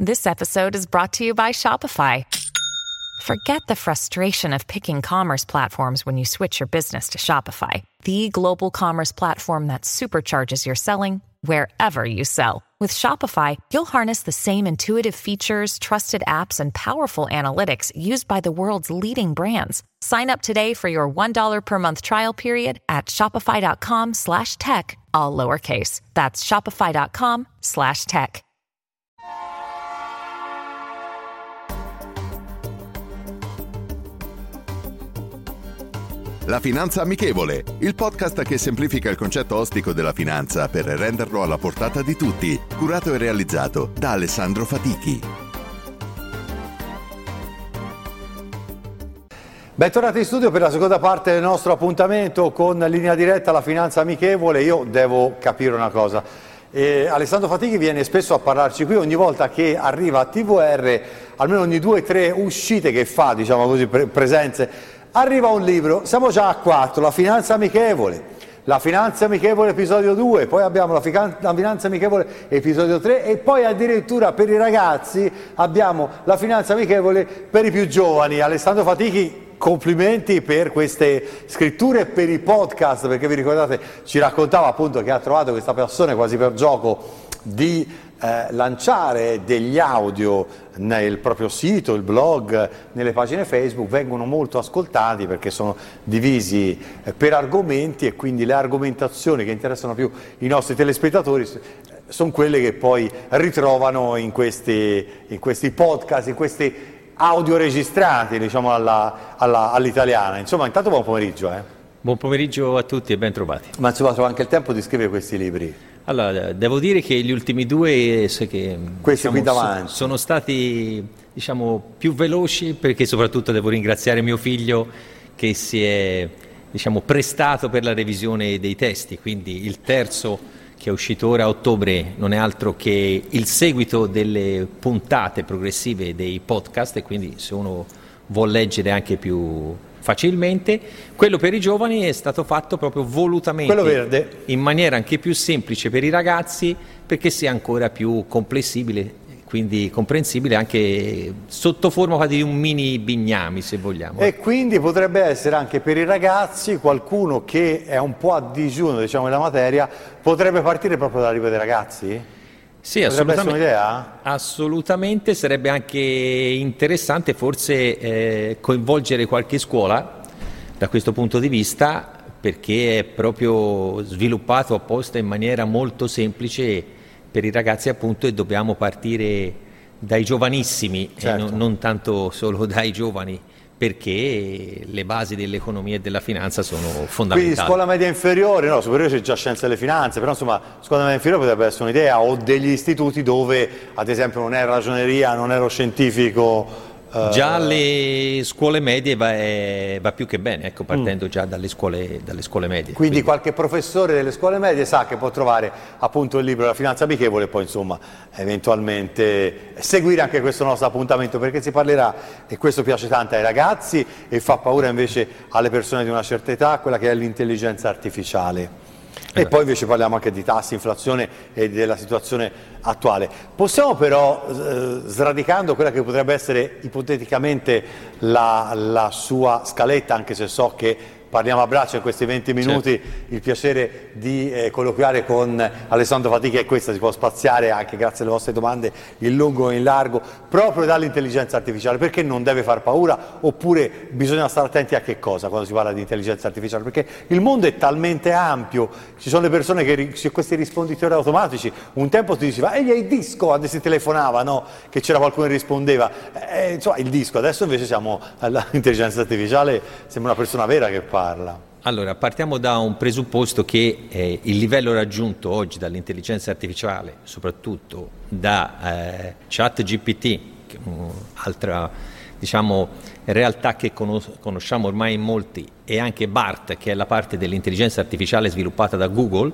This episode is brought to you by Shopify. Forget the frustration of picking commerce platforms when you switch your business to Shopify, the global commerce platform that supercharges your selling wherever you sell. With Shopify, you'll harness the same intuitive features, trusted apps, and powerful analytics used by the world's leading brands. Sign up today for your $1 per month trial period at shopify.com/tech, all lowercase. That's shopify.com/tech. La Finanza Amichevole, il podcast che semplifica il concetto ostico della finanza per renderlo alla portata di tutti, curato e realizzato da Alessandro Fatichi. Bentornati in studio per la seconda parte del nostro appuntamento con Linea Diretta, la Finanza Amichevole. Io devo capire una cosa. Alessandro Fatichi viene spesso a parlarci qui ogni volta che arriva a TVR, almeno ogni 2 o 3 uscite che fa, diciamo così, presenze. Arriva un libro, siamo già a 4, La Finanza Amichevole, La Finanza Amichevole episodio 2, poi abbiamo la Finanza Amichevole episodio 3 e poi addirittura per i ragazzi abbiamo La Finanza Amichevole per i più giovani. Alessandro Fatichi, complimenti per queste scritture e per i podcast, perché vi ricordate ci raccontava appunto che ha trovato questa passione quasi per gioco di lanciare degli audio nel proprio sito, il blog, nelle pagine Facebook. Vengono molto ascoltati perché sono divisi per argomenti e quindi le argomentazioni che interessano più i nostri telespettatori sono quelle che poi ritrovano in questi podcast, in questi audio registrati, diciamo all'italiana. Insomma, intanto buon pomeriggio. Buon pomeriggio a tutti e ben trovati. Ma insomma, trova anche il tempo di scrivere questi libri. Allora, devo dire che gli ultimi 2 questi qui davanti sono stati, diciamo, più veloci, perché soprattutto devo ringraziare mio figlio che si è, diciamo, prestato per la revisione dei testi. Quindi il terzo, che è uscito ora a ottobre, non è altro che il seguito delle puntate progressive dei podcast, e quindi se uno vuol leggere anche più facilmente. Quello per i giovani è stato fatto proprio volutamente, quello verde, in maniera anche più semplice per i ragazzi, perché sia ancora più comprensibile, quindi comprensibile anche sotto forma di un mini Bignami, se vogliamo. E quindi potrebbe essere anche per i ragazzi, qualcuno che è un po' a digiuno, diciamo, nella materia, potrebbe partire proprio dalla libro dei ragazzi? Sì, assolutamente, sarebbe anche interessante forse coinvolgere qualche scuola da questo punto di vista, perché è proprio sviluppato apposta in maniera molto semplice per i ragazzi, appunto, e dobbiamo partire dai giovanissimi, certo. Non tanto solo dai giovani, perché le basi dell'economia e della finanza sono fondamentali. Quindi scuola media inferiore, no, superiore c'è già scienze delle finanze, però insomma scuola media inferiore potrebbe essere un'idea, o degli istituti dove ad esempio non è ragioneria, non è lo scientifico. Già alle scuole medie va più che bene, ecco, partendo già dalle scuole medie. Quindi qualche professore delle scuole medie sa che può trovare appunto il libro La Finanza Amichevole e poi insomma eventualmente seguire anche questo nostro appuntamento, perché si parlerà, e questo piace tanto ai ragazzi e fa paura invece alle persone di una certa età, quella che è l'intelligenza artificiale. E poi invece parliamo anche di tassi, inflazione e della situazione attuale. Possiamo però, sradicando quella che potrebbe essere ipoteticamente la sua scaletta, anche se so che parliamo a braccio in questi 20 minuti, certo. Il piacere di colloquiare con Alessandro Fatichi è questa, si può spaziare anche grazie alle vostre domande in lungo e in largo, proprio dall'intelligenza artificiale. Perché non deve far paura, oppure bisogna stare attenti a che cosa quando si parla di intelligenza artificiale? Perché il mondo è talmente ampio, ci sono le persone che questi risponditori automatici, un tempo si diceva ehi, il disco, quando si telefonava, no? Che c'era qualcuno che rispondeva, insomma il disco, adesso invece siamo all'intelligenza artificiale, sembra una persona vera che parla. Allora, partiamo da un presupposto che il livello raggiunto oggi dall'intelligenza artificiale, soprattutto da ChatGPT, che è un'altra, diciamo, realtà che conosciamo ormai in molti, e anche BART, che è la parte dell'intelligenza artificiale sviluppata da Google,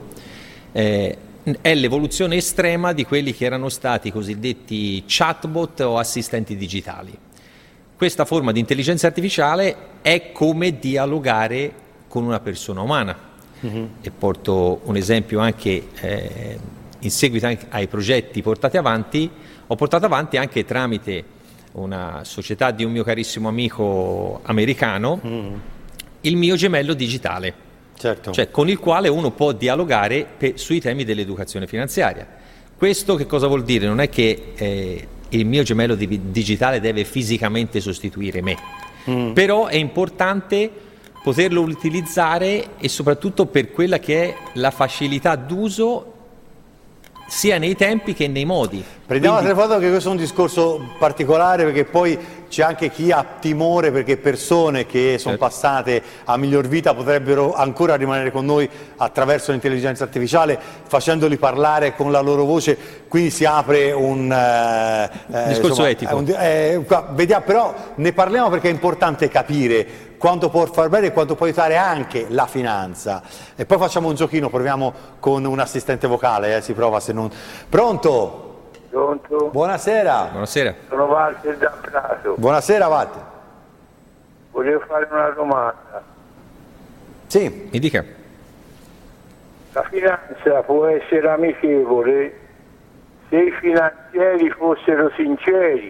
è l'evoluzione estrema di quelli che erano stati i cosiddetti chatbot o assistenti digitali. Questa forma di intelligenza artificiale è come dialogare con una persona umana. E porto un esempio anche in seguito ai progetti portati avanti. ho portato avanti anche tramite una società di un mio carissimo amico americano, il mio gemello digitale, certo. cioè con il quale uno può dialogare sui temi dell'educazione finanziaria. Questo che cosa vuol dire? Non è che il mio gemello digitale deve fisicamente sostituire me, però è importante poterlo utilizzare, e soprattutto per quella che è la facilità d'uso sia nei tempi che nei modi. Prendiamo la telefonata, che questo è un discorso particolare, perché poi c'è anche chi ha timore perché persone che sono passate a miglior vita potrebbero ancora rimanere con noi attraverso l'intelligenza artificiale, facendoli parlare con la loro voce, quindi si apre un discorso etico. Vediamo, però ne parliamo perché è importante capire quanto può far bene e quanto può aiutare anche la finanza. E poi facciamo un giochino, proviamo con un assistente vocale, si prova se non... Pronto? Pronto? Buonasera. Buonasera. Sono Walter da Prato. Buonasera Walter. Volevo fare una domanda. Sì. Mi dica. La finanza può essere amichevole se i finanzieri fossero sinceri.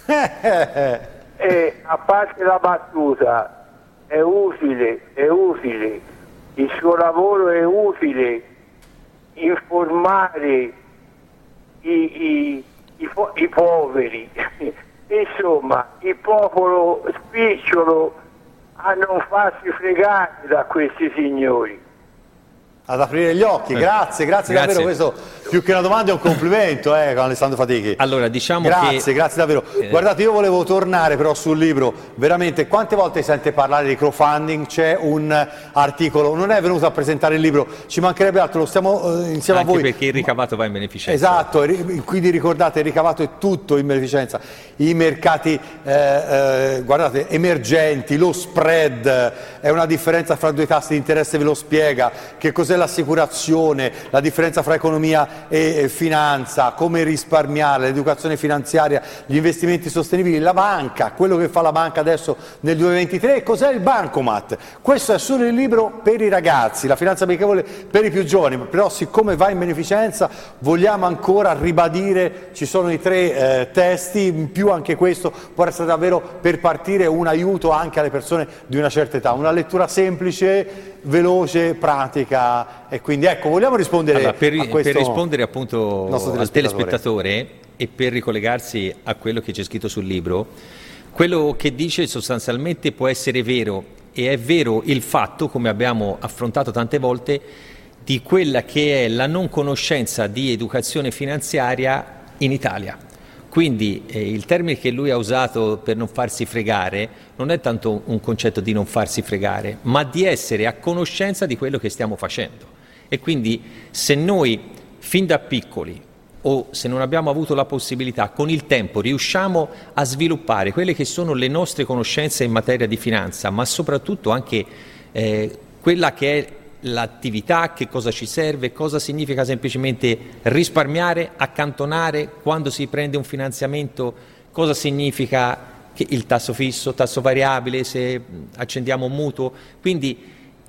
E a parte la battuta, è utile, il suo lavoro è utile informare i poveri, insomma il popolo spicciolo, a non farsi fregare da questi signori. Ad aprire gli occhi, grazie davvero, questo più che una domanda è un complimento con Alessandro Fatichi. Allora, diciamo grazie davvero. Guardate, io volevo tornare però sul libro, veramente quante volte sente parlare di crowdfunding? C'è un articolo, non è venuto a presentare il libro, ci mancherebbe altro, lo stiamo insieme anche a voi. Perché il ricavato va in beneficenza. Esatto, quindi ricordate, il ricavato è tutto in beneficenza. I mercati guardate, emergenti, lo spread è una differenza fra due tassi di interesse, ve lo spiega, che cos'è l'assicurazione, la differenza fra economia e finanza, come risparmiare, l'educazione finanziaria, gli investimenti sostenibili, la banca, quello che fa la banca adesso nel 2023, e cos'è il bancomat. Questo è solo il libro per i ragazzi, la finanza amichevole per i più giovani, però siccome va in beneficenza vogliamo ancora ribadire, ci sono i 3 testi, in più anche questo può essere davvero per partire un aiuto anche alle persone di una certa età, una lettura semplice, veloce, pratica, e quindi ecco, vogliamo rispondere a questo, per rispondere appunto al telespettatore e per ricollegarsi a quello che c'è scritto sul libro, quello che dice sostanzialmente può essere vero, e è vero il fatto, come abbiamo affrontato tante volte, di quella che è la non conoscenza di educazione finanziaria in Italia. Quindi il termine che lui ha usato per non farsi fregare non è tanto un concetto di non farsi fregare, ma di essere a conoscenza di quello che stiamo facendo. E quindi se noi fin da piccoli, o se non abbiamo avuto la possibilità, con il tempo riusciamo a sviluppare quelle che sono le nostre conoscenze in materia di finanza, ma soprattutto anche quella che è l'attività, che cosa ci serve, cosa significa semplicemente risparmiare, accantonare quando si prende un finanziamento, cosa significa il tasso fisso, tasso variabile, se accendiamo un mutuo. Quindi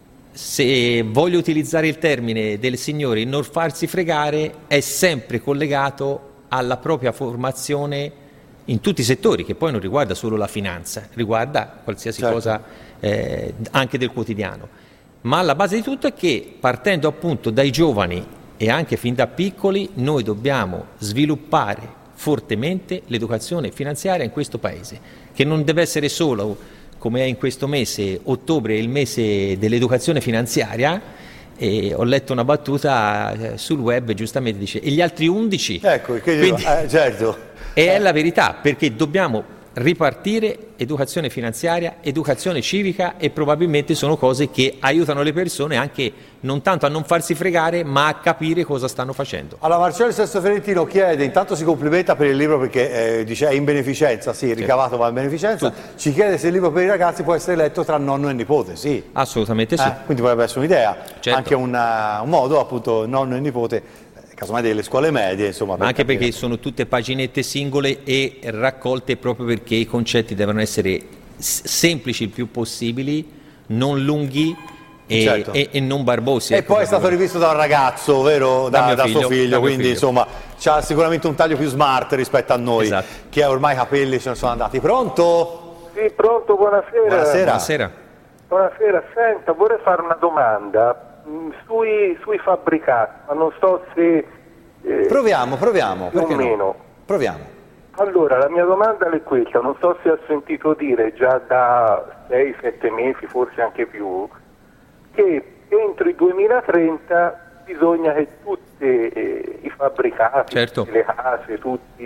se voglio utilizzare il termine del signore non farsi fregare, è sempre collegato alla propria formazione in tutti i settori, che poi non riguarda solo la finanza, riguarda qualsiasi cosa anche del quotidiano. Ma la base di tutto è che, partendo appunto dai giovani e anche fin da piccoli, noi dobbiamo sviluppare fortemente l'educazione finanziaria in questo Paese, che non deve essere solo, come è in questo mese, ottobre, il mese dell'educazione finanziaria. E ho letto una battuta sul web, giustamente dice, e gli altri 11? Ecco, quindi, certo. E è la verità, perché dobbiamo ripartire educazione finanziaria, educazione civica, e probabilmente sono cose che aiutano le persone anche non tanto a non farsi fregare, ma a capire cosa stanno facendo. Allora, Marcello Sesto Ferentino chiede, intanto si complimenta per il libro perché dice è in beneficenza, sì, il ricavato va in beneficenza, ci chiede se il libro per i ragazzi può essere letto tra nonno e nipote, sì. Assolutamente sì. Quindi potrebbe essere un'idea, certo. Anche un modo appunto nonno e nipote, casomai delle scuole medie, insomma. Ma anche perché sono tutte paginette singole e raccolte proprio perché i concetti devono essere semplici il più possibili, non lunghi, Certo. e non Barbosi. E poi è stato rivisto da un ragazzo, vero? Da suo figlio, quindi insomma c'ha sicuramente un taglio più smart rispetto a noi, esatto, che ormai i capelli se ne sono andati. Pronto? Sì, pronto, buonasera. Buonasera. Buonasera, senta, vorrei fare una domanda sui fabbricati, ma non so se... Proviamo, più o meno. no? Proviamo. Allora, la mia domanda è questa, non so se ha sentito dire già da 6-7 mesi, forse anche più, che entro il 2030 bisogna che tutti i fabbricati, certo, tutte le case,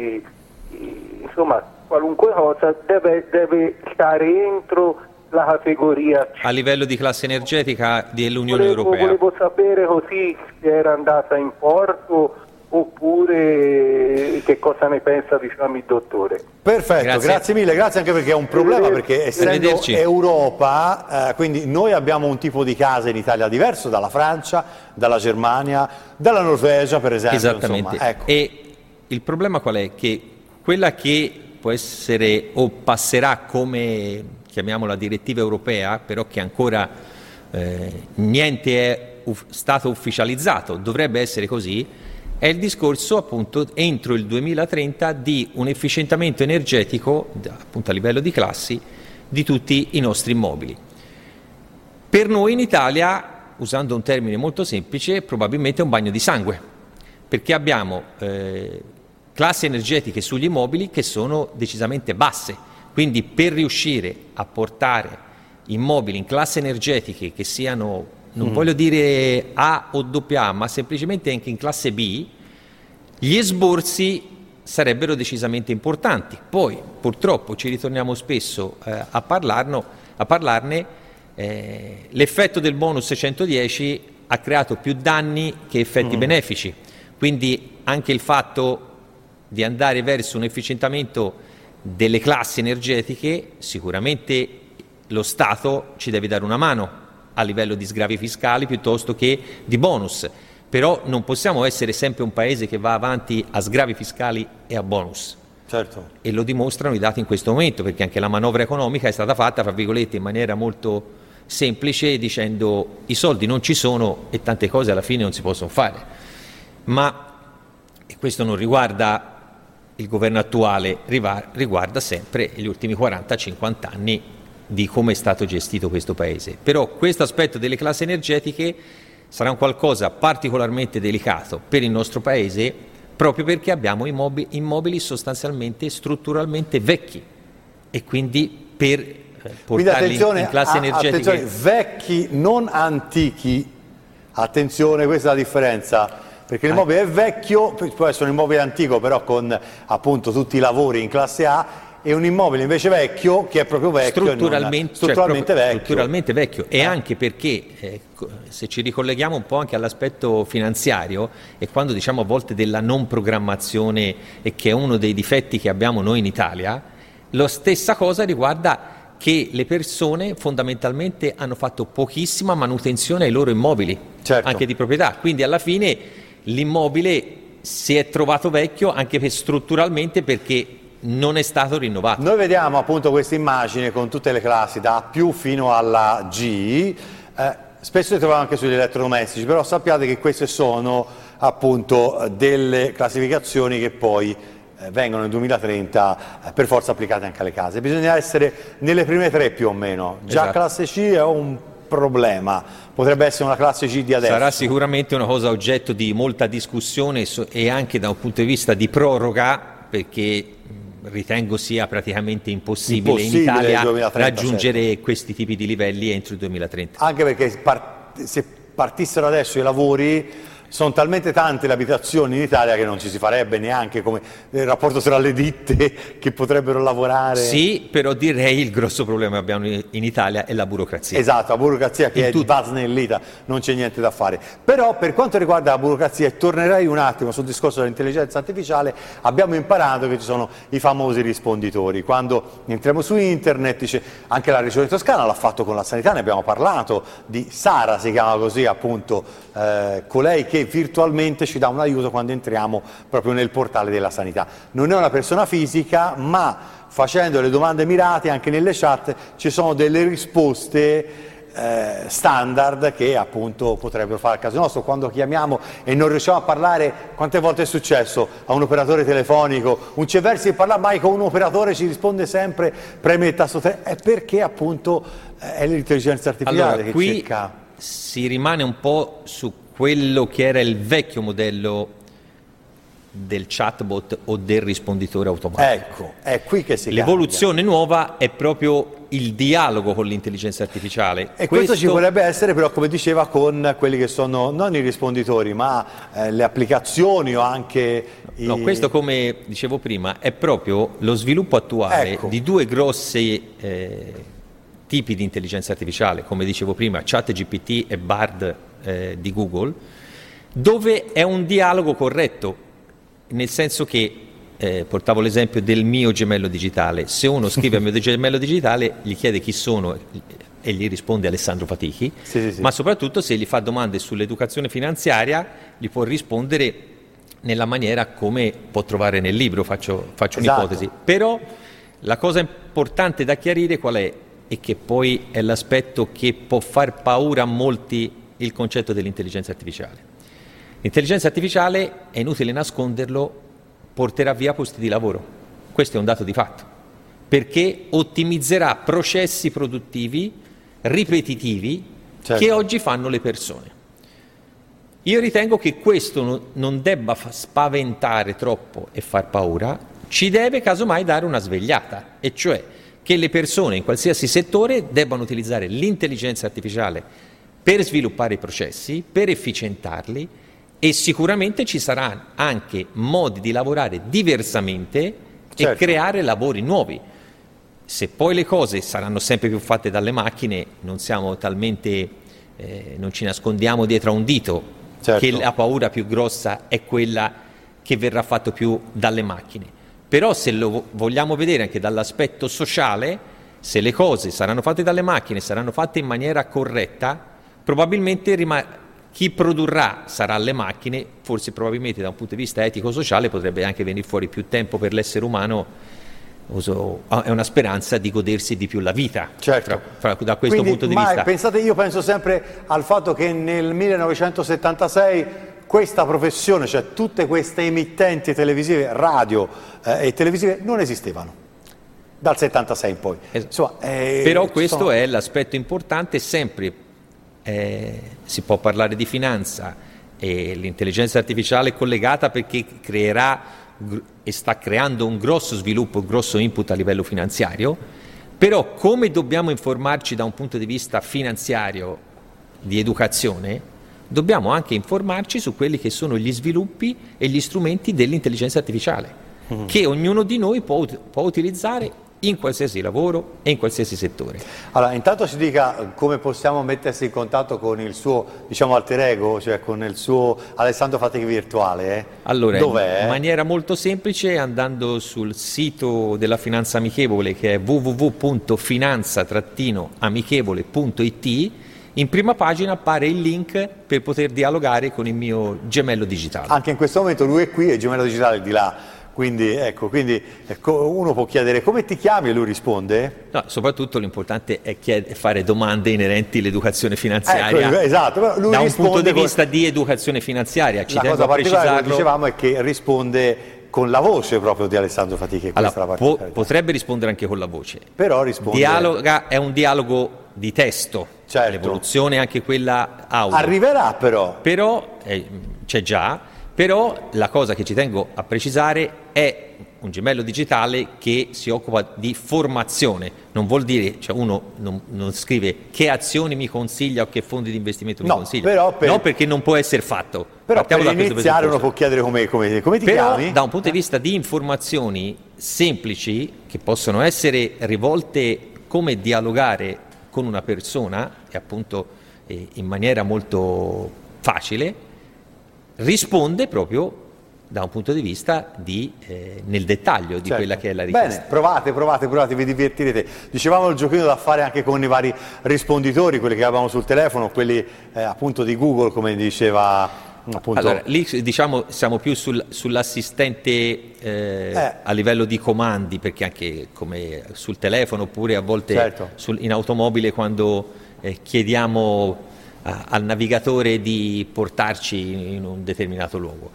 insomma qualunque cosa deve stare entro la categoria C. A livello di classe energetica dell'Unione Europea. Volevo sapere così se era andata in porto oppure che cosa ne pensa, diciamo, il dottore. Perfetto, grazie mille, grazie anche perché è un problema, perché essendo Europa, quindi noi abbiamo un tipo di casa in Italia diverso dalla Francia, dalla Germania, dalla Norvegia per esempio. Esattamente, insomma, ecco. E il problema qual è? Che quella che può essere o passerà come, chiamiamola, direttiva europea, però che ancora niente è stato ufficializzato, dovrebbe essere così, è il discorso appunto entro il 2030 di un efficientamento energetico appunto a livello di classi di tutti i nostri immobili. Per noi in Italia, usando un termine molto semplice, probabilmente è un bagno di sangue, perché abbiamo classi energetiche sugli immobili che sono decisamente basse, quindi per riuscire a portare immobili in classi energetiche che siano, non voglio dire A o AA, ma semplicemente anche in classe B, gli esborsi sarebbero decisamente importanti. Poi purtroppo ci ritorniamo spesso a parlarne, l'effetto del bonus 110 ha creato più danni che effetti benefici, quindi anche il fatto di andare verso un efficientamento delle classi energetiche, sicuramente lo Stato ci deve dare una mano a livello di sgravi fiscali piuttosto che di bonus, però non possiamo essere sempre un paese che va avanti a sgravi fiscali e a bonus. Certo. E lo dimostrano i dati in questo momento, perché anche la manovra economica è stata fatta, fra virgolette, in maniera molto semplice, dicendo i soldi non ci sono e tante cose alla fine non si possono fare. Ma e questo non riguarda il governo attuale, riguarda sempre gli ultimi 40-50 anni di come è stato gestito questo paese. Però questo aspetto delle classi energetiche sarà un qualcosa particolarmente delicato per il nostro paese, proprio perché abbiamo immobili sostanzialmente strutturalmente vecchi e quindi per portarli in classi energetiche. Attenzione, vecchi, non antichi, attenzione, questa è la differenza. Perché l'immobile è vecchio, può essere un immobile antico però con appunto tutti i lavori in classe A, e un immobile invece vecchio che è proprio vecchio, strutturalmente vecchio. E anche perché se ci ricolleghiamo un po' anche all'aspetto finanziario, e quando diciamo a volte della non programmazione, e che è uno dei difetti che abbiamo noi in Italia, la stessa cosa riguarda che le persone fondamentalmente hanno fatto pochissima manutenzione ai loro immobili, certo, anche di proprietà, quindi alla fine l'immobile si è trovato vecchio anche strutturalmente perché non è stato rinnovato. Noi vediamo appunto questa immagine con tutte le classi da A più fino alla G, spesso le troviamo anche sugli elettrodomestici, però sappiate che queste sono appunto delle classificazioni che poi vengono nel 2030 per forza applicate anche alle case. Bisogna essere nelle prime tre più o meno, già esatto. Classe C è un problema, potrebbe essere una classe C di adesso. Sarà sicuramente una cosa oggetto di molta discussione e anche da un punto di vista di proroga, perché ritengo sia praticamente impossibile in Italia 2030, raggiungere certo, questi tipi di livelli entro il 2030. Anche perché se partissero adesso i lavori, sono talmente tante le abitazioni in Italia che non ci si farebbe neanche come il rapporto tra le ditte che potrebbero lavorare. Sì, però direi il grosso problema che abbiamo in Italia è la burocrazia. Esatto, la burocrazia che va snellita, non c'è niente da fare. Però per quanto riguarda la burocrazia, e tornerei un attimo sul discorso dell'intelligenza artificiale, abbiamo imparato che ci sono i famosi risponditori. Quando entriamo su internet, dice, anche la Regione Toscana l'ha fatto con la sanità, ne abbiamo parlato, di Sara, si chiama così appunto, colei che virtualmente ci dà un aiuto quando entriamo proprio nel portale della sanità. Non è una persona fisica, ma facendo le domande mirate anche nelle chat ci sono delle risposte standard che appunto potrebbero fare al caso nostro. Quando chiamiamo e non riusciamo a parlare, quante volte è successo a un operatore telefonico, un cerversi di parlare mai con un operatore, ci risponde sempre premi il tasto 3, è perché appunto è l'intelligenza artificiale allora, che qui cerca. Si rimane un po' su quello che era il vecchio modello del chatbot o del risponditore automatico. Ecco, è qui che si l'evoluzione nuova è proprio il dialogo con l'intelligenza artificiale. E questo ci vorrebbe essere però, come diceva, con quelli che sono non i risponditori ma le applicazioni o anche No, questo, come dicevo prima, è proprio lo sviluppo attuale di due grossi tipi di intelligenza artificiale, come dicevo prima, ChatGPT e Bard di Google, dove è un dialogo corretto, nel senso che portavo l'esempio del mio gemello digitale. Se uno scrive al mio gemello digitale, gli chiede chi sono e gli risponde Alessandro Fatichi, sì. ma soprattutto se gli fa domande sull'educazione finanziaria gli può rispondere nella maniera come può trovare nel libro, faccio un'ipotesi. Però la cosa importante da chiarire qual è, e che poi è l'aspetto che può far paura a molti, il concetto dell'intelligenza artificiale. L'intelligenza artificiale, è inutile nasconderlo, porterà via posti di lavoro. Questo è un dato di fatto, perché ottimizzerà processi produttivi ripetitivi che oggi fanno le persone. Io ritengo che questo non debba spaventare troppo e far paura, ci deve casomai dare una svegliata, e cioè che le persone in qualsiasi settore debbano utilizzare l'intelligenza artificiale per sviluppare i processi, per efficientarli, e sicuramente ci saranno anche modi di lavorare diversamente e creare lavori nuovi. Se poi le cose saranno sempre più fatte dalle macchine, non siamo talmente, non ci nascondiamo dietro a un dito, che la paura più grossa è quella che verrà fatto più dalle macchine. Però se lo vogliamo vedere anche dall'aspetto sociale, se le cose saranno fatte dalle macchine, saranno fatte in maniera corretta, probabilmente chi produrrà sarà le macchine, forse probabilmente da un punto di vista etico-sociale potrebbe anche venire fuori più tempo per l'essere umano, è una speranza di godersi di più la vita, da questo punto di vista. Pensate, io penso sempre al fatto che nel 1976 questa professione, cioè tutte queste emittenti televisive, radio e televisive, non esistevano, dal 76 in poi. Insomma, però questo è l'aspetto importante, sempre si può parlare di finanza e l'intelligenza artificiale è collegata perché creerà e sta creando un grosso sviluppo, un grosso input a livello finanziario, però come dobbiamo informarci da un punto di vista finanziario, di educazione, dobbiamo anche informarci su quelli che sono gli sviluppi e gli strumenti dell'intelligenza artificiale, che ognuno di noi può utilizzare in qualsiasi lavoro e in qualsiasi settore. Allora, intanto ci dica come possiamo mettersi in contatto con il suo, diciamo, alter ego, cioè con il suo Alessandro Fatichi virtuale. Allora, dov'è? In maniera molto semplice, andando sul sito della Finanza Amichevole, che è www.finanza-amichevole.it, in prima pagina appare il link per poter dialogare con il mio gemello digitale. Anche in questo momento lui è qui e il gemello digitale è di là. Quindi uno può chiedere come ti chiami e lui risponde? No, soprattutto l'importante è fare domande inerenti all'educazione finanziaria. Esatto, però lui da un punto di vista di educazione finanziaria. La cosa particolare che dicevamo è che risponde con la voce proprio di Alessandro Fatichi. Allora, potrebbe rispondere anche con la voce. Però risponde. È un dialogo di testo. L'evoluzione è anche quella audio. Arriverà però. Però c'è già. Però la cosa che ci tengo a precisare è un gemello digitale che si occupa di formazione, non vuol dire, cioè uno non scrive che azioni mi consiglia o che fondi di investimento mi consiglia, no, perché non può essere fatto. Però per iniziare uno può chiedere come ti chiami? Da un punto di vista di informazioni semplici che possono essere rivolte come dialogare con una persona e appunto in maniera molto facile, risponde proprio da un punto di vista nel dettaglio di quella che è la richiesta. Bene, provate, vi divertirete. Dicevamo il giochino da fare anche con i vari risponditori, quelli che avevamo sul telefono, quelli appunto di Google, come diceva appunto. Allora, lì diciamo siamo più sull'assistente a livello di comandi, perché anche come sul telefono oppure a volte in automobile quando chiediamo al navigatore di portarci in un determinato luogo.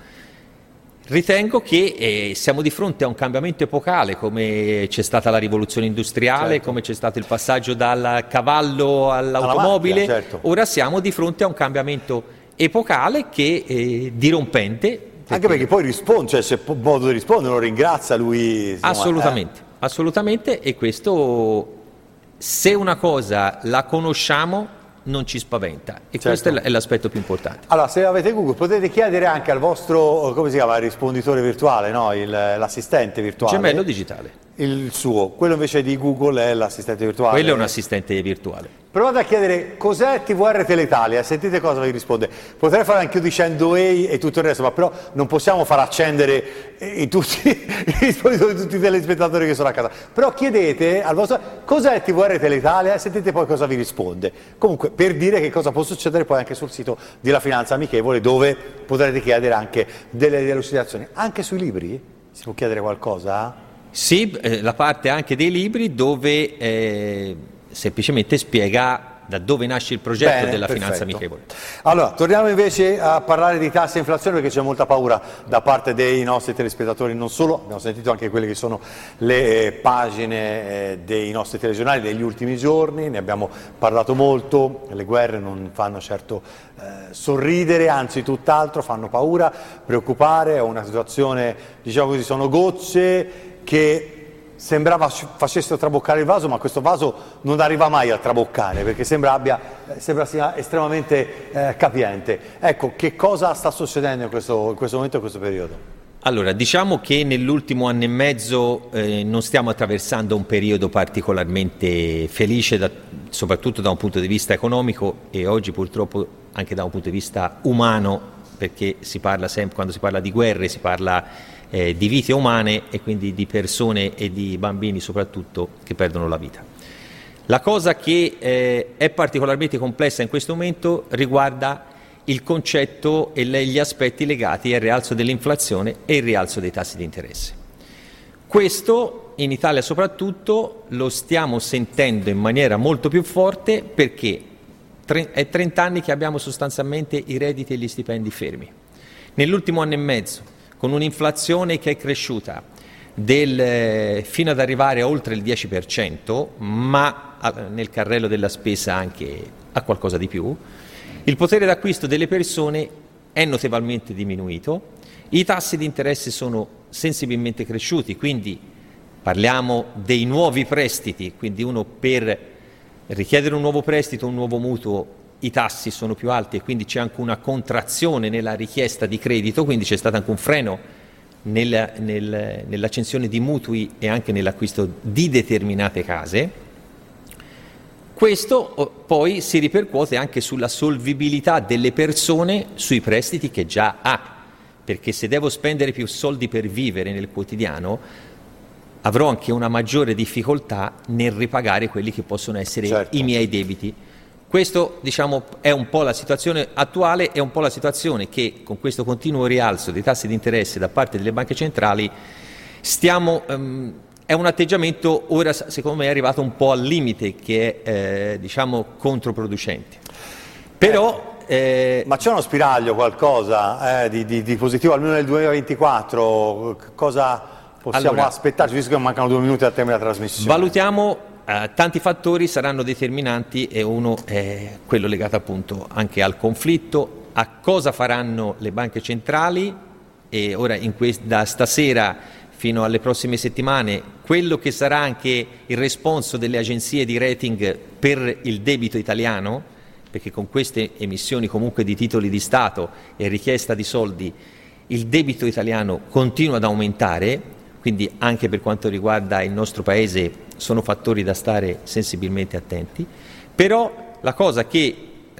Ritengo che siamo di fronte a un cambiamento epocale, come c'è stata la rivoluzione industriale, certo, come c'è stato il passaggio dal cavallo all'automobile. macchina, certo. Ora siamo di fronte a un cambiamento epocale che è dirompente. Anche perché poi risponde, cioè se modo di rispondere, lo ringrazia lui. Insomma, Assolutamente, e questo, se una cosa la conosciamo, non ci spaventa, e certo, questo è l'aspetto più importante. Allora, se avete Google potete chiedere anche al vostro, come si chiama, il risponditore virtuale, no? L'assistente virtuale. Gemello digitale. Il suo, quello invece di Google è l'assistente virtuale. Quello è un assistente virtuale. Provate a chiedere cos'è TVR Teletalia, sentite cosa vi risponde. Potrei fare anche io dicendo EI e tutto il resto, ma però non possiamo far accendere i risponditori di tutti i telespettatori che sono a casa. Però chiedete al vostro cos'è TVR Teletalia e sentite poi cosa vi risponde. Comunque, per dire che cosa può succedere poi anche sul sito di La Finanza Amichevole, dove potrete chiedere anche delle delucidazioni. Anche sui libri? Si può chiedere qualcosa? Sì, la parte anche dei libri dove semplicemente spiega da dove nasce il progetto della Finanza Amichevole. Allora, torniamo invece a parlare di tasse e inflazione, perché c'è molta paura da parte dei nostri telespettatori, non solo, abbiamo sentito anche quelle che sono le pagine dei nostri telegiornali degli ultimi giorni, ne abbiamo parlato molto, le guerre non fanno certo sorridere, anzi tutt'altro, fanno paura, preoccupare, è una situazione, diciamo così, sono gocce che sembrava facessero traboccare il vaso, ma questo vaso non arriva mai a traboccare perché sembra sia estremamente capiente. Ecco, che cosa sta succedendo in questo momento, in questo periodo? Allora, diciamo che nell'ultimo anno e mezzo non stiamo attraversando un periodo particolarmente felice, soprattutto da un punto di vista economico, e oggi purtroppo anche da un punto di vista umano, perché si parla sempre, quando si parla di guerre, si parla di vite umane e quindi di persone e di bambini soprattutto che perdono la vita. La cosa che è particolarmente complessa in questo momento riguarda il concetto e gli aspetti legati al rialzo dell'inflazione e il rialzo dei tassi di interesse. Questo in Italia soprattutto lo stiamo sentendo in maniera molto più forte perché è 30 anni che abbiamo sostanzialmente i redditi e gli stipendi fermi. Nell'ultimo anno e mezzo, con un'inflazione che è cresciuta fino ad arrivare a oltre il 10%, ma nel carrello della spesa anche a qualcosa di più, il potere d'acquisto delle persone è notevolmente diminuito, i tassi di interesse sono sensibilmente cresciuti, quindi parliamo dei nuovi prestiti, quindi uno per richiedere un nuovo prestito, un nuovo mutuo, i tassi sono più alti e quindi c'è anche una contrazione nella richiesta di credito, quindi c'è stato anche un freno nell'accensione di mutui e anche nell'acquisto di determinate case. Questo poi si ripercuote anche sulla solvibilità delle persone sui prestiti che già ha, perché se devo spendere più soldi per vivere nel quotidiano avrò anche una maggiore difficoltà nel ripagare quelli che possono essere i miei debiti. Questo, diciamo, è un po' la situazione attuale, è un po' la situazione che con questo continuo rialzo dei tassi di interesse da parte delle banche centrali è un atteggiamento ora secondo me è arrivato un po' al limite che è diciamo controproducente. Però ma c'è uno spiraglio, qualcosa di positivo almeno nel 2024? Cosa possiamo aspettarci, visto che mancano 2 minuti al termine della trasmissione? Valutiamo tanti fattori saranno determinanti e uno è quello legato appunto anche al conflitto, a cosa faranno le banche centrali e ora da stasera fino alle prossime settimane quello che sarà anche il responso delle agenzie di rating per il debito italiano, perché con queste emissioni comunque di titoli di Stato e richiesta di soldi il debito italiano continua ad aumentare, quindi anche per quanto riguarda il nostro Paese sono fattori da stare sensibilmente attenti. Però la cosa che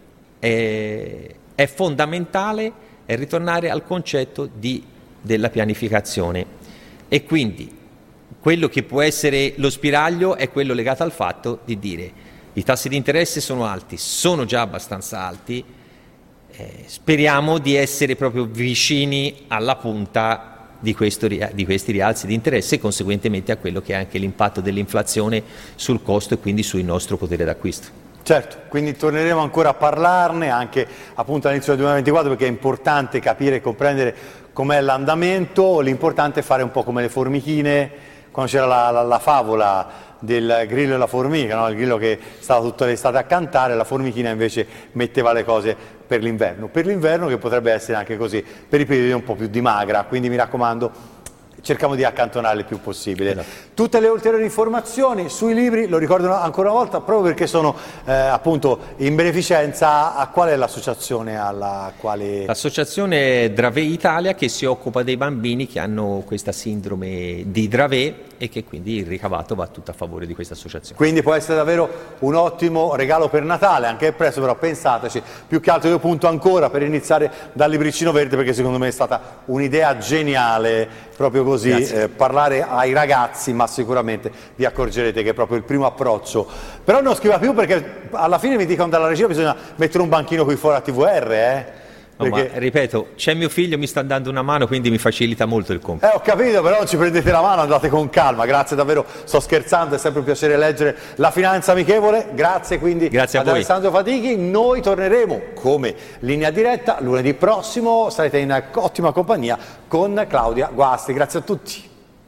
è fondamentale è ritornare al concetto della pianificazione e quindi quello che può essere lo spiraglio è quello legato al fatto di dire i tassi di interesse sono alti, sono già abbastanza alti, speriamo di essere proprio vicini alla punta di questi rialzi di interesse e conseguentemente a quello che è anche l'impatto dell'inflazione sul costo e quindi sul nostro potere d'acquisto. Certo, quindi torneremo ancora a parlarne anche appunto all'inizio del 2024, perché è importante capire e comprendere com'è l'andamento. L'importante è fare un po' come le formichine, quando c'era la favola del grillo e la formica, no? Il grillo che stava tutta l'estate a cantare, la formichina invece metteva le cose per l'inverno che potrebbe essere anche così per i periodi un po' più di magra, quindi mi raccomando, cerchiamo di accantonarle il più possibile. Esatto. Tutte le ulteriori informazioni sui libri, lo ricordo ancora una volta, proprio perché sono appunto in beneficenza. A qual è l'associazione alla quale... L'associazione Dravet Italia, che si occupa dei bambini che hanno questa sindrome di Dravet e che quindi il ricavato va tutto a favore di questa associazione. Quindi può essere davvero un ottimo regalo per Natale, anche presto, però pensateci. Più che altro io punto ancora per iniziare dal libricino verde, perché secondo me è stata un'idea geniale, proprio così, parlare ai ragazzi, ma sicuramente vi accorgerete che è proprio il primo approccio. Però non scriva più, perché alla fine mi dicono dalla regia bisogna mettere un banchino qui fuori a TVR, Perché... ma, ripeto, c'è mio figlio, mi sta dando una mano, quindi mi facilita molto il compito. Ho capito, però non ci prendete la mano, andate con calma. Grazie davvero, sto scherzando, è sempre un piacere leggere La Finanza Amichevole. Grazie quindi Grazie a voi. Alessandro Fatichi. Noi torneremo come Linea Diretta lunedì prossimo, sarete in ottima compagnia con Claudia Guasti. Grazie a tutti.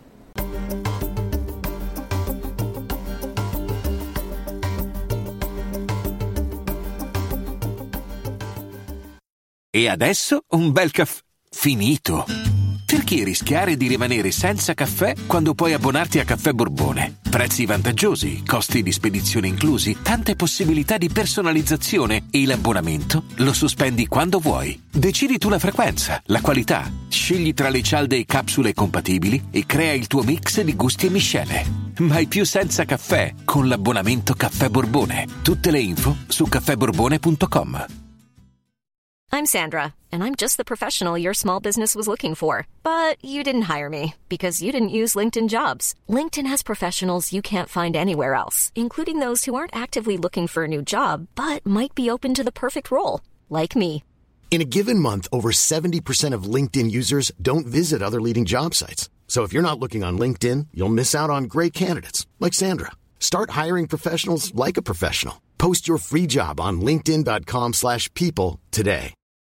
E adesso un bel caffè finito. Perché rischiare di rimanere senza caffè quando puoi abbonarti a Caffè Borbone? Prezzi vantaggiosi, costi di spedizione inclusi, tante possibilità di personalizzazione e l'abbonamento lo sospendi quando vuoi. Decidi tu la frequenza, la qualità, scegli tra le cialde e capsule compatibili e crea il tuo mix di gusti e miscele. Mai più senza caffè con l'abbonamento Caffè Borbone. Tutte le info su caffèborbone.com. I'm Sandra, and I'm just the professional your small business was looking for. But you didn't hire me because you didn't use LinkedIn Jobs. LinkedIn has professionals you can't find anywhere else, including those who aren't actively looking for a new job, but might be open to the perfect role, like me. In a given month, over 70% of LinkedIn users don't visit other leading job sites. So if you're not looking on LinkedIn, you'll miss out on great candidates like Sandra. Start hiring professionals like a professional. Post your free job on linkedin.com/people today.